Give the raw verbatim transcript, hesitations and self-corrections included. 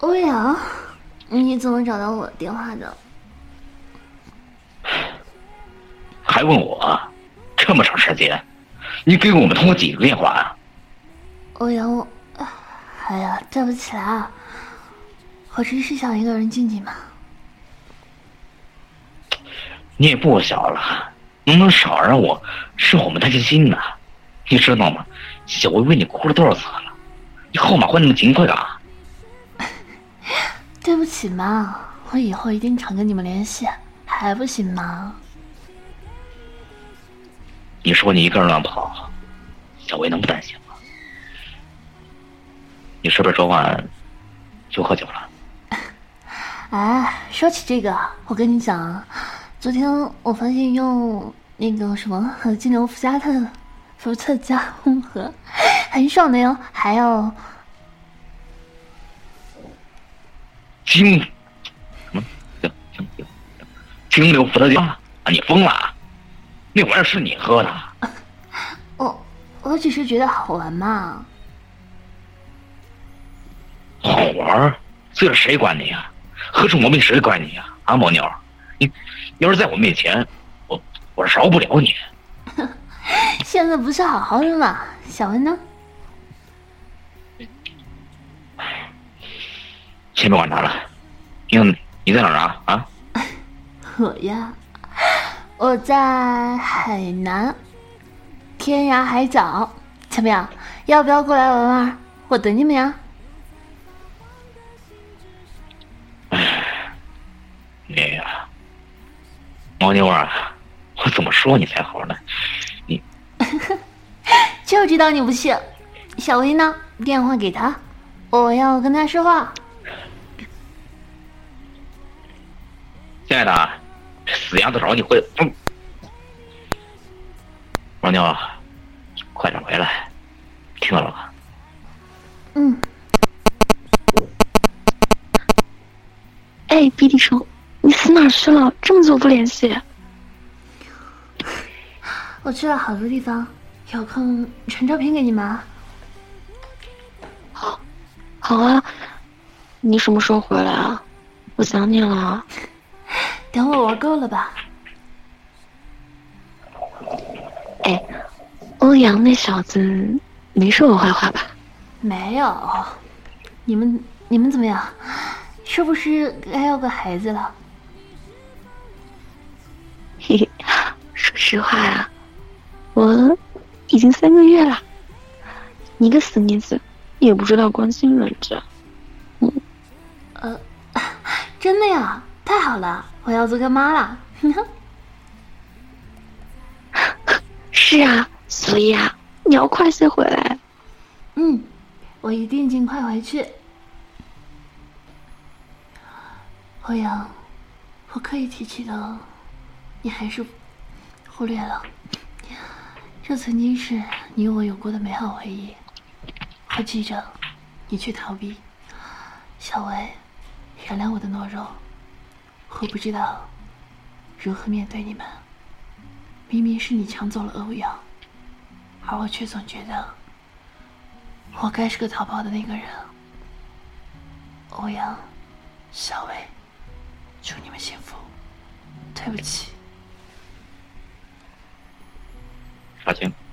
欧阳，你怎么找到我电话的？ 还问我？这么长时间，你给我们通过几个电话啊？ 欧阳，我，哎呀，对不起啦，我只是想一个人静静嘛。 你也不小了，能不能少让我是我们担心呢？你知道吗？小薇为你哭了多少次了？你号码换那么勤快干嘛？ 对不起嘛，我以后一定常跟你们联系，还不行吗？ 你说你一个人乱跑，小薇能不担心吗？你是不是昨晚就喝酒了？ 哎，说起这个，我跟你讲，昨天我发现用那个什么金牛伏加特伏特加混合，很爽的哟，还有金什么？金金金金牛伏特加啊！你疯了？那玩意儿是你喝的？ 我我只是觉得好玩嘛。 好玩？这谁管你呀？喝出毛病谁管你呀？啊，毛妞，你要是在我面前，我我饶不了你。 现在不是好好的嘛？小文呢？ 先别管他了。你你在哪儿啊？啊？ 我呀，我在海南，天涯海角，怎么样？要不要过来玩玩？我等你们呀。 你呀，毛妞啊，我怎么说你才好呢？你就知道你不信。小薇呢？电话给他，我要跟他说话。 亲爱的，这死丫头找你回，嗯，毛妞，快点回来，听到了吧？ 嗯。 哎，鼻涕虫，你死哪去了？这么久不联系。 我去了好多地方，有空传照片给你们啊。 好，好啊。你什么时候回来啊？我想你了。 等我玩够了吧。 哎，欧阳那小子没说我坏话吧？ 没有。你们你们怎么样？是不是该要个孩子了？ 嘿嘿，说实话啊，我已经三个月了。你个死妮子，也不知道关心人家。嗯， 呃，真的呀，太好了，我要做干妈了。 是啊，所以啊，你要快些回来。 嗯，我一定尽快回去。欧阳，我刻意提起的，你还是忽略了。这曾经是你我有过的美好回忆。我记着，你却逃避。小薇，原谅我的懦弱。我不知道如何面对你们。明明是你抢走了欧阳，而我却总觉得我该是个逃跑的那个人。欧阳，小薇，祝你们幸福。对不起。 少卿。